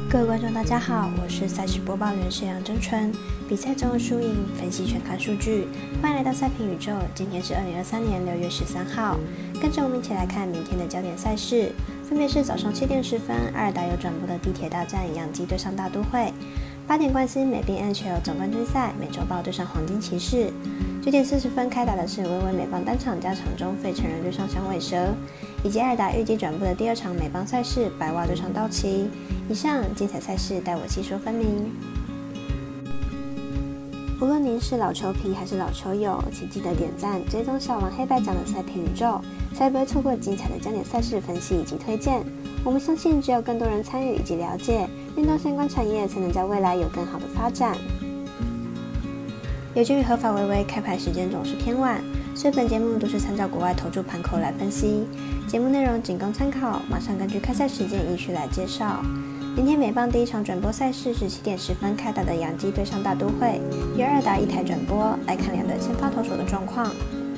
各位观众大家好，我是赛事播报员沈阳真纯。比赛总有输赢，分析全看数据。欢迎来到赛评宇宙，今天是2023年6月13号。跟着我们一起来看明天的焦点赛事，分别是早上7点10分，爱尔达有转播的地铁大战洋基对上大都会；8点关心美冰 NHL 总冠军赛，美洲豹对上黄金骑士；9点40分开打的是微微美棒单场加场中费城人对上响尾蛇，以及爱尔达预计转播的第2场美棒赛事白袜对上道奇。以上精彩赛事带我细说分明。无论您是老球皮还是老球友，请记得点赞、追踪小王黑白奖的赛评宇宙，才不会错过精彩的焦点赛事分析以及推荐。我们相信，只有更多人参与以及了解运动相关产业，才能在未来有更好的发展。有鉴于合法微微开盘时间总是偏晚，所以本节目都是参照国外投注盘口来分析，节目内容仅供参考，马上根据开赛时间依序来介绍。明天美棒第1场转播赛事是7点10分开打的洋基对上大都会，由爱尔达1台转播，来看两队先发投手的状况。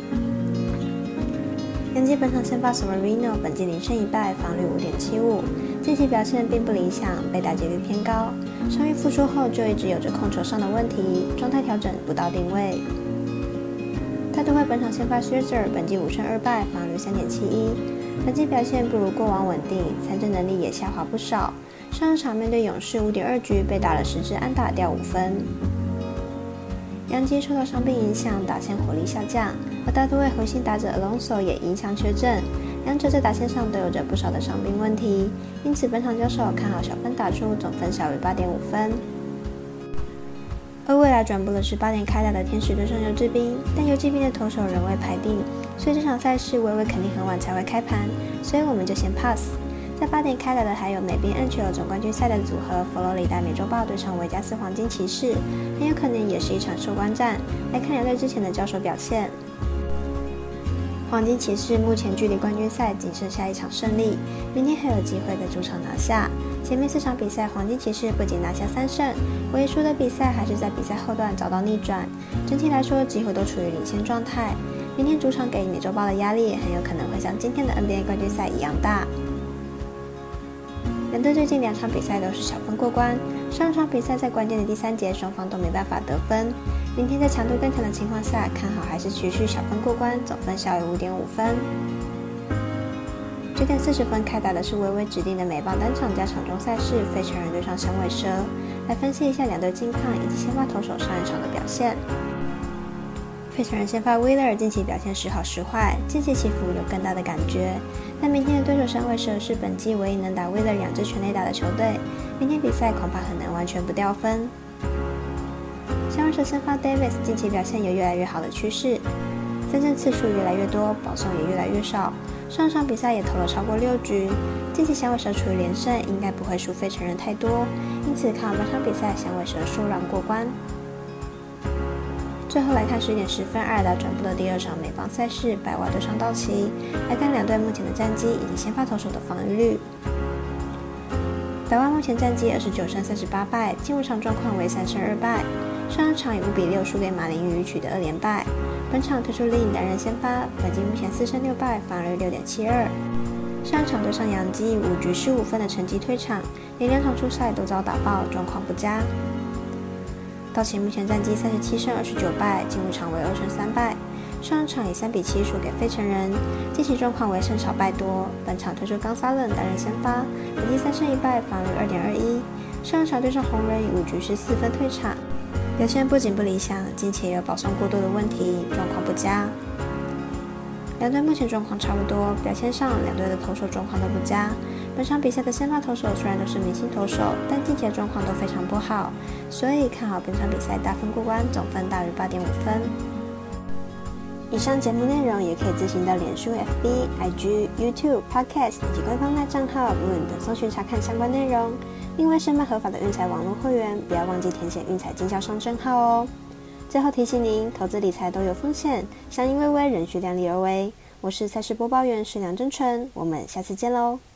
洋基本场先发 Severino 本季0胜1败，防率5.75，近期表现并不理想，被打击率偏高。伤愈复出后就一直有着控球上的问题，状态调整不到定位。大都会本场先发 Scherzer 本季5胜2败，防率3.71，本季表现不如过往稳定，三振能力也下滑不少。上场面对勇士5.2局被打了10支安打，掉5分。洋基受到伤病影响，打线火力下降，而大都会核心打者 Alonso 也影响缺阵，两者在打线上都有着不少的伤病问题，因此本场交手看好小分打出，总分小于8.5分。而未来转播的是8点开打的天使对上游骑兵，但游骑兵的投手仍未排定，所以这场赛事微微肯定很晚才会开盘，所以我们就先 pass。在8点开打的还有美冰 NHL 总冠军赛的组合佛罗里达美洲豹对上维加斯黄金骑士，很有可能也是一场收官战，来看两队之前的交手表现。黄金骑士目前距离冠军赛仅剩下1场胜利，明天还有机会在主场拿下。前面4场比赛黄金骑士不仅拿下3胜，唯一输的比赛还是在比赛后段遭到逆转，整体来说几乎都处于领先状态。明天主场给美洲豹的压力很有可能会像今天的 NBA 冠军赛一样大。两队最近2场比赛都是小分过关，上场比赛在关键的第3节双方都没办法得分。明天在强度更强的情况下，看好还是持续小分过关，总分小于5.5分。9点40分开打的是微微指定的美棒单场加场中赛事费城人对上响尾蛇，来分析一下两队近况以及先发投手上一场的表现。费城人先发 Wheeler 近期表现时好时坏，近期起伏有更大的感觉，但明天的对手响尾蛇是本季唯一能打 Wheeler 2支全垒打的球队，明天比赛恐怕很难完全不掉分。响尾蛇先发 Davis 近期表现有越来越好的趋势，三振次数越来越多，保送也越来越少，上场比赛也投了超过6局，近期响尾蛇处于连胜，应该不会输费城人太多，因此看好本场比赛响尾蛇输让过关。最后来看10点10分爱尔达转播的第2场美棒赛事白袜对上道奇，来看两队目前的战绩以及先发投手的防御率。白袜目前战绩29胜38败，近5场状况为3胜2败，上一场以5比6输给马林鱼取得2连败。本场推出另一担任先发，本季目前4胜6败，防率6.72。上一场对上洋基5局15分的成绩退场，连2场出赛都遭打爆，状况不佳。道奇目前战绩37胜29败，近5场为2胜3败，上一场以3比7输给费城人，近期状况为胜少败多。本场推出冈萨勒担任先发，本季3胜1败，防率2.21。上一场对上红人以5局14分退场，表现不仅不理想，近期也有保送过多的问题，状况不佳。两队目前状况差不多，表现上两队的投手状况都不佳。本场比赛的先发投手虽然都是明星投手，但近期的状况都非常不好，所以看好本场比赛大分过关，总分大于8.5分。以上节目内容也可以自行到脸书、FB、IG、YouTube、Podcast 以及官方赖账号Moon等搜寻查看相关内容。另外，申办合法的运彩网络会员，不要忘记填写运彩经销商证号哦。最后提醒您，投资理财都有风险，相依为偎，仍需量力而为。我是赛事播报员沈良真纯，我们下次见喽。